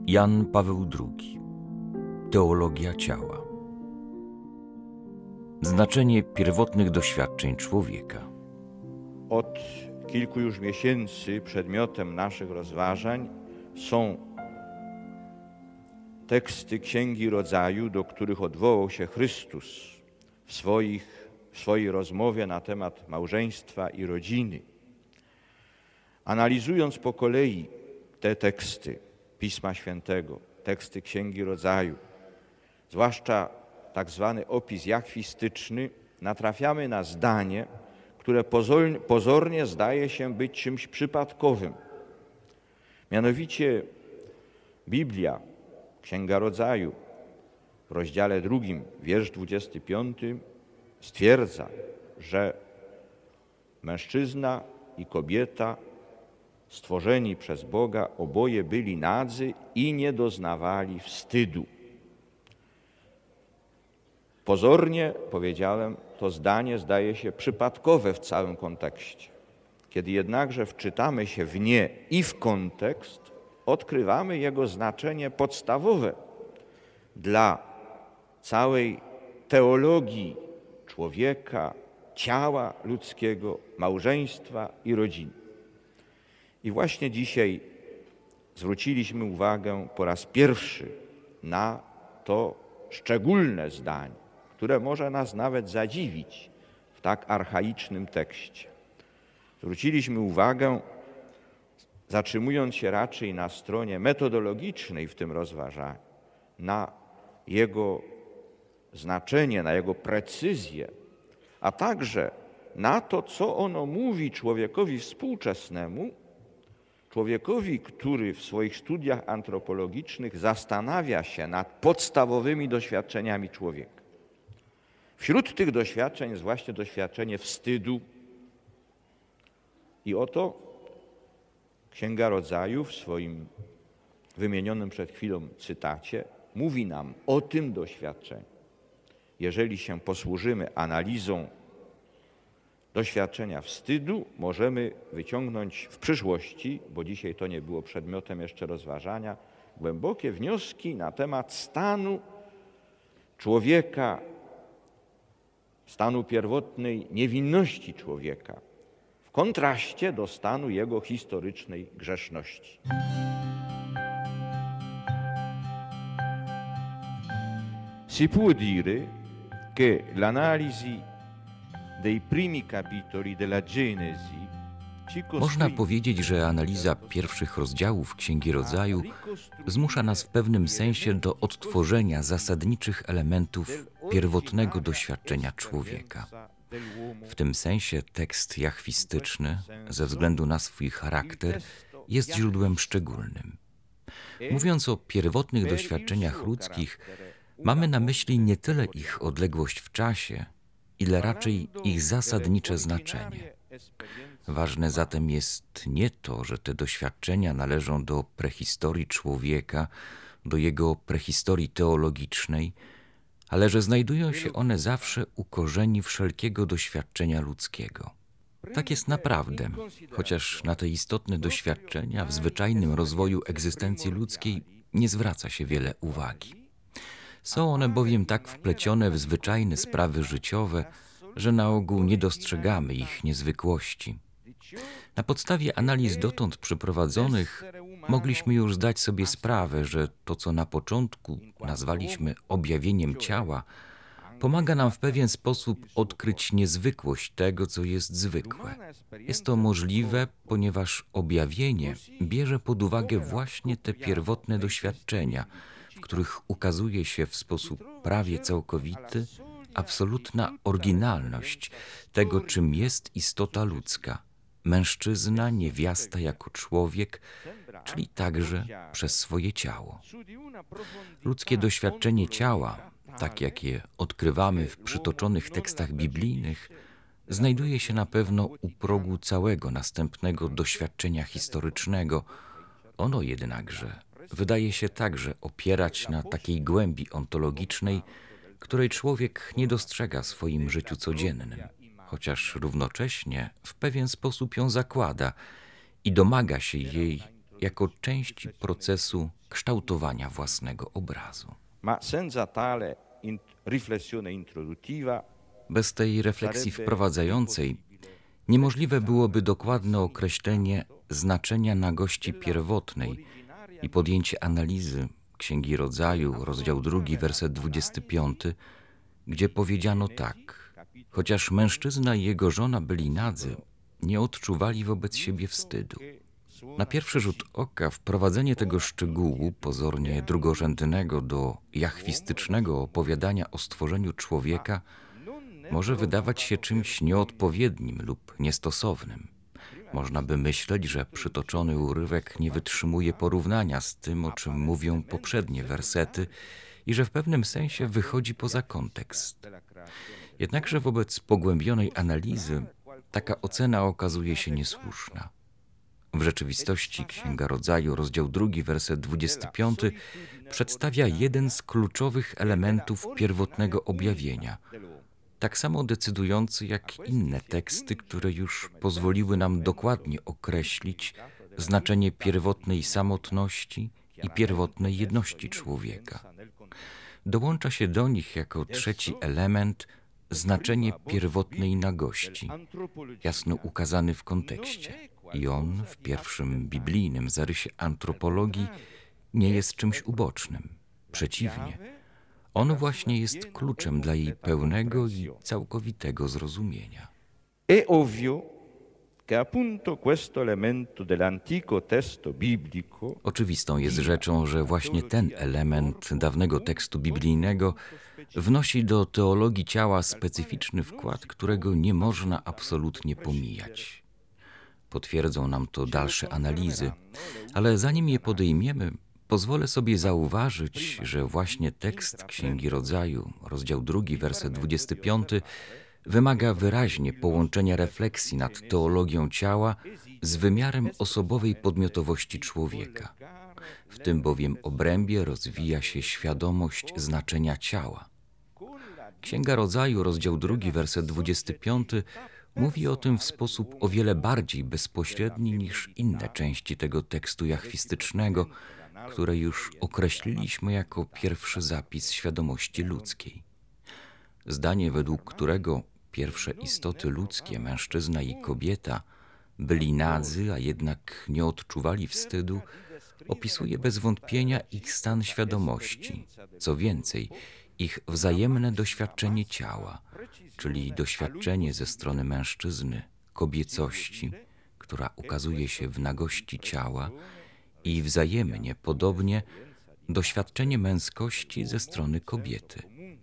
Jan Paweł II. Teologia ciała. Znaczenie pierwotnych doświadczeń człowieka. Od kilku już miesięcy przedmiotem naszych rozważań są teksty Księgi Rodzaju, do których odwołał się Chrystus w swojej rozmowie na temat małżeństwa i rodziny. Analizując po kolei te teksty Pisma Świętego, teksty Księgi Rodzaju, zwłaszcza tak zwany opis jachwistyczny, natrafiamy na zdanie, które pozornie zdaje się być czymś przypadkowym. Mianowicie Biblia, Księga Rodzaju, w rozdziale 2, wiersz 25 stwierdza, że mężczyzna i kobieta stworzeni przez Boga oboje byli nadzy i nie doznawali wstydu. Pozornie, powiedziałem, to zdanie zdaje się przypadkowe w całym kontekście. Kiedy jednakże wczytamy się w nie i w kontekst, odkrywamy jego znaczenie podstawowe dla całej teologii człowieka, ciała ludzkiego, małżeństwa i rodziny. I właśnie dzisiaj zwróciliśmy uwagę po raz pierwszy na to szczególne zdanie, które może nas nawet zadziwić w tak archaicznym tekście. Zwróciliśmy uwagę, zatrzymując się raczej na stronie metodologicznej w tym rozważaniu, na jego znaczenie, na jego precyzję, a także na to, co ono mówi człowiekowi współczesnemu, człowiekowi, który w swoich studiach antropologicznych zastanawia się nad podstawowymi doświadczeniami człowieka. Wśród tych doświadczeń jest właśnie doświadczenie wstydu. I oto Księga Rodzaju w swoim wymienionym przed chwilą cytacie mówi nam o tym doświadczeniu. Jeżeli się posłużymy analizą doświadczenia wstydu, możemy wyciągnąć w przyszłości, bo dzisiaj to nie było przedmiotem jeszcze rozważania, głębokie wnioski na temat stanu człowieka, stanu pierwotnej niewinności człowieka, w kontraście do stanu jego historycznej grzeszności. Si può dire che l'analisi dei primi capitoli della Genesi Można powiedzieć, że analiza pierwszych rozdziałów Księgi Rodzaju zmusza nas w pewnym sensie do odtworzenia zasadniczych elementów pierwotnego doświadczenia człowieka. W tym sensie tekst jachwistyczny, ze względu na swój charakter, jest źródłem szczególnym. Mówiąc o pierwotnych doświadczeniach ludzkich, mamy na myśli nie tyle ich odległość w czasie, ile raczej ich zasadnicze znaczenie. Ważne zatem jest nie to, że te doświadczenia należą do prehistorii człowieka, do jego prehistorii teologicznej, ale że znajdują się one zawsze u korzeni wszelkiego doświadczenia ludzkiego. Tak jest naprawdę, chociaż na te istotne doświadczenia w zwyczajnym rozwoju egzystencji ludzkiej nie zwraca się wiele uwagi. Są one bowiem tak wplecione w zwyczajne sprawy życiowe, że na ogół nie dostrzegamy ich niezwykłości. Na podstawie analiz dotąd przeprowadzonych mogliśmy już zdać sobie sprawę, że to, co na początku nazwaliśmy objawieniem ciała, pomaga nam w pewien sposób odkryć niezwykłość tego, co jest zwykłe. Jest to możliwe, ponieważ objawienie bierze pod uwagę właśnie te pierwotne doświadczenia, w których ukazuje się w sposób prawie całkowity absolutna oryginalność tego, czym jest istota ludzka, mężczyzna, niewiasta jako człowiek, czyli także przez swoje ciało. Ludzkie doświadczenie ciała, tak jak je odkrywamy w przytoczonych tekstach biblijnych, znajduje się na pewno u progu całego następnego doświadczenia historycznego. Ono jednakże wydaje się także opierać na takiej głębi ontologicznej, której człowiek nie dostrzega w swoim życiu codziennym, chociaż równocześnie w pewien sposób ją zakłada i domaga się jej jako części procesu kształtowania własnego obrazu. Ma senza tale riflessione introduttiva Bez tej refleksji wprowadzającej niemożliwe byłoby dokładne określenie znaczenia nagości pierwotnej i podjęcie analizy Księgi Rodzaju, rozdział 2, werset 25, gdzie powiedziano tak: chociaż mężczyzna i jego żona byli nadzy, nie odczuwali wobec siebie wstydu. Na pierwszy rzut oka wprowadzenie tego szczegółu, pozornie drugorzędnego do jachwistycznego opowiadania o stworzeniu człowieka, może wydawać się czymś nieodpowiednim lub niestosownym. Można by myśleć, że przytoczony urywek nie wytrzymuje porównania z tym, o czym mówią poprzednie wersety i że w pewnym sensie wychodzi poza kontekst. Jednakże wobec pogłębionej analizy taka ocena okazuje się niesłuszna. W rzeczywistości Księga Rodzaju, rozdział 2, werset 25, przedstawia jeden z kluczowych elementów pierwotnego objawienia, tak samo decydujący jak inne teksty, które już pozwoliły nam dokładnie określić znaczenie pierwotnej samotności i pierwotnej jedności człowieka. Dołącza się do nich jako trzeci element znaczenie pierwotnej nagości, jasno ukazany w kontekście. I on w pierwszym biblijnym zarysie antropologii nie jest czymś ubocznym. Przeciwnie, on właśnie jest kluczem dla jej pełnego i całkowitego zrozumienia. È ovvio che appunto questo elemento dell'antico testo biblico Oczywistą jest rzeczą, że właśnie ten element dawnego tekstu biblijnego wnosi do teologii ciała specyficzny wkład, którego nie można absolutnie pomijać. Potwierdzą nam to dalsze analizy, ale zanim je podejmiemy, pozwolę sobie zauważyć, że właśnie tekst Księgi Rodzaju, rozdział 2, werset 25, wymaga wyraźnie połączenia refleksji nad teologią ciała z wymiarem osobowej podmiotowości człowieka. W tym bowiem obrębie rozwija się świadomość znaczenia ciała. Księga Rodzaju, rozdział 2, werset 25, mówi o tym w sposób o wiele bardziej bezpośredni niż inne części tego tekstu jachwistycznego, które już określiliśmy jako pierwszy zapis świadomości ludzkiej. Zdanie, według którego pierwsze istoty ludzkie, mężczyzna i kobieta, byli nadzy, a jednak nie odczuwali wstydu, opisuje bez wątpienia ich stan świadomości. Co więcej, ich wzajemne doświadczenie ciała, czyli doświadczenie ze strony mężczyzny kobiecości, która ukazuje się w nagości ciała, i wzajemnie, podobnie, doświadczenie męskości ze strony kobiety.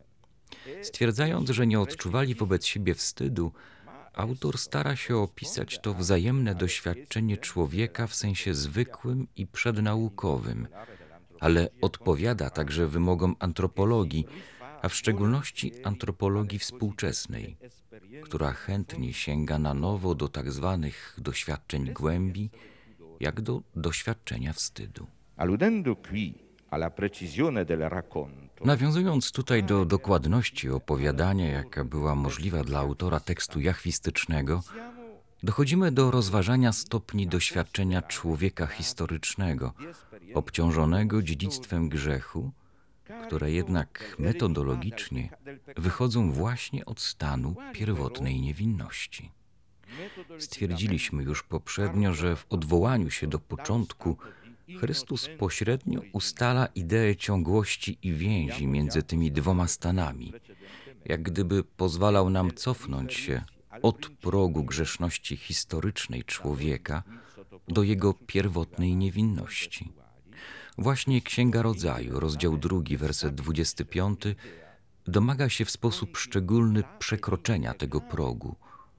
Stwierdzając, że nie odczuwali wobec siebie wstydu, autor stara się opisać to wzajemne doświadczenie człowieka w sensie zwykłym i przednaukowym, ale odpowiada także wymogom antropologii, a w szczególności antropologii współczesnej, która chętnie sięga na nowo do tak zwanych doświadczeń głębi, jak do doświadczenia wstydu. Alludendo qui alla precisione del racconto. Nawiązując tutaj do dokładności opowiadania, jaka była możliwa dla autora tekstu jachwistycznego, dochodzimy do rozważania stopni doświadczenia człowieka historycznego, obciążonego dziedzictwem grzechu, które jednak metodologicznie wychodzą właśnie od stanu pierwotnej niewinności. Stwierdziliśmy już poprzednio, że w odwołaniu się do początku Chrystus pośrednio ustala ideę ciągłości i więzi między tymi dwoma stanami, jak gdyby pozwalał nam cofnąć się od progu grzeszności historycznej człowieka do jego pierwotnej niewinności. Właśnie Księga Rodzaju, rozdział 2, werset 25, domaga się w sposób szczególny przekroczenia tego progu.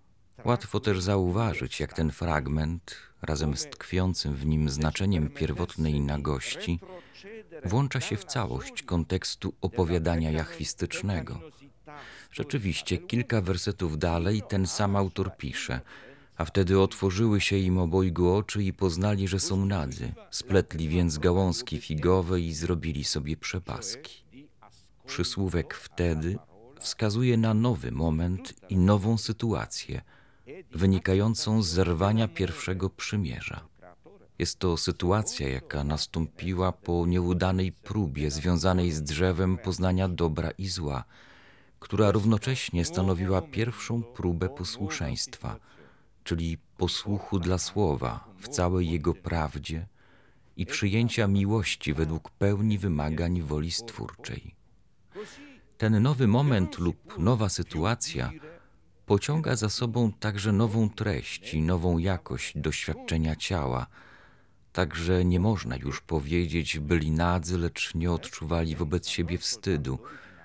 Łatwo też zauważyć, jak ten fragment, razem z tkwiącym w nim znaczeniem pierwotnej nagości, włącza się w całość kontekstu opowiadania jachwistycznego. Rzeczywiście, kilka wersetów dalej ten sam autor pisze: a wtedy otworzyły się im obojgu oczy i poznali, że są nadzy. Spletli więc gałązki figowe i zrobili sobie przepaski. Przysłówek wtedy wskazuje na nowy moment i nową sytuację, wynikającą z zerwania pierwszego przymierza. Jest to sytuacja, jaka nastąpiła po nieudanej próbie związanej z drzewem poznania dobra i zła, która równocześnie stanowiła pierwszą próbę posłuszeństwa, czyli posłuchu dla słowa w całej jego prawdzie i przyjęcia miłości według pełni wymagań woli stwórczej. Ten nowy moment lub nowa sytuacja pociąga za sobą także nową treść i nową jakość doświadczenia ciała, także nie można już powiedzieć, byli nadzy, lecz nie odczuwali wobec siebie wstydu.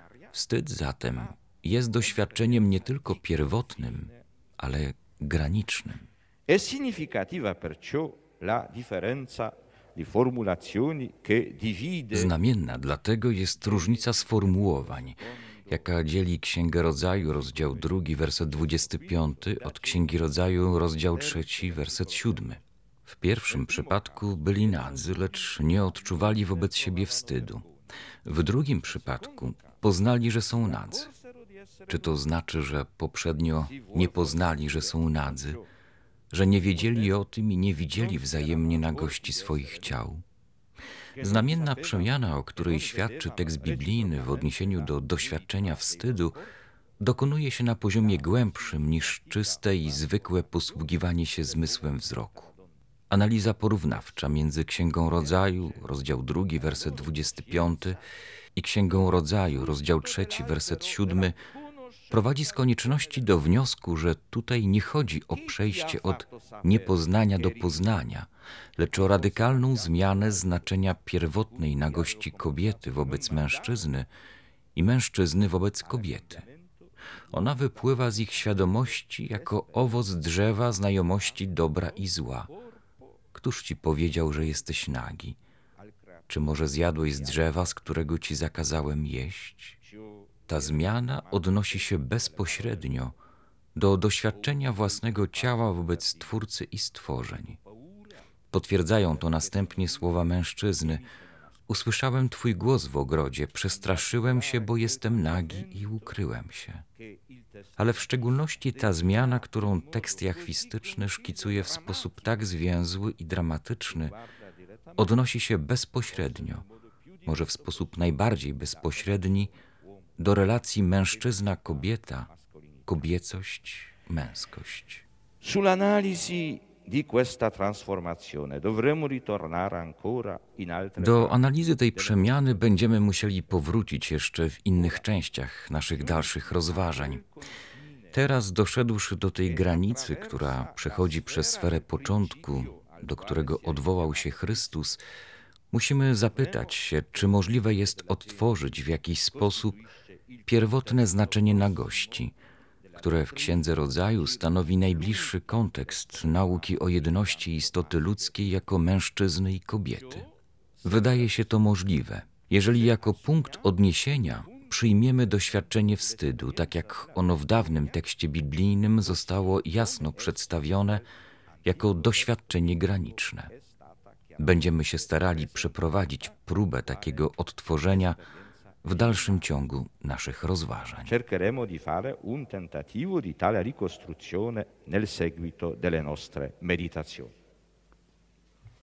Wstyd zatem jest doświadczeniem nie tylko pierwotnym, ale granicznym. È significativa perciò la differenza di formulazioni che divide Znamienna dlatego jest różnica sformułowań, jaka dzieli Księgę Rodzaju, rozdział 2, werset 25, od Księgi Rodzaju, rozdział 3, werset 7. W pierwszym przypadku byli nadzy, lecz nie odczuwali wobec siebie wstydu. W drugim przypadku poznali, że są nadzy. Czy to znaczy, że poprzednio nie poznali, że są nadzy, że nie wiedzieli o tym i nie widzieli wzajemnie nagości swoich ciał? Znamienna przemiana, o której świadczy tekst biblijny w odniesieniu do doświadczenia wstydu, dokonuje się na poziomie głębszym niż czyste i zwykłe posługiwanie się zmysłem wzroku. Analiza porównawcza między Księgą Rodzaju, rozdział 2, werset 25 i Księgą Rodzaju, rozdział 3, werset 7 prowadzi z konieczności do wniosku, że tutaj nie chodzi o przejście od niepoznania do poznania, lecz o radykalną zmianę znaczenia pierwotnej nagości kobiety wobec mężczyzny i mężczyzny wobec kobiety. Ona wypływa z ich świadomości jako owoc drzewa znajomości dobra i zła. Któż ci powiedział, że jesteś nagi? Czy może zjadłeś z drzewa, z którego ci zakazałem jeść? Ta zmiana odnosi się bezpośrednio do doświadczenia własnego ciała wobec Twórcy i stworzeń. Potwierdzają to następnie słowa mężczyzny: usłyszałem Twój głos w ogrodzie, przestraszyłem się, bo jestem nagi i ukryłem się. Ale w szczególności ta zmiana, którą tekst jachwistyczny szkicuje w sposób tak zwięzły i dramatyczny, odnosi się bezpośrednio, może w sposób najbardziej bezpośredni, do relacji mężczyzna-kobieta, kobiecość, męskość. Sull'analisi di questa trasformazione dovremmo ritornare ancora in altre Do analizy tej przemiany będziemy musieli powrócić jeszcze w innych częściach naszych dalszych rozważań. Teraz, doszedłszy do tej granicy, która przechodzi przez sferę początku, do którego odwołał się Chrystus, musimy zapytać się, czy możliwe jest odtworzyć w jakiś sposób pierwotne znaczenie nagości, które w Księdze Rodzaju stanowi najbliższy kontekst nauki o jedności istoty ludzkiej jako mężczyzny i kobiety. Wydaje się to możliwe, jeżeli jako punkt odniesienia przyjmiemy doświadczenie wstydu, tak jak ono w dawnym tekście biblijnym zostało jasno przedstawione jako doświadczenie graniczne. Będziemy się starali przeprowadzić próbę takiego odtworzenia w dalszym ciągu naszych rozważań. Cercheremo di fare un tentativo di tale ricostruzione nel seguito delle nostre meditazioni.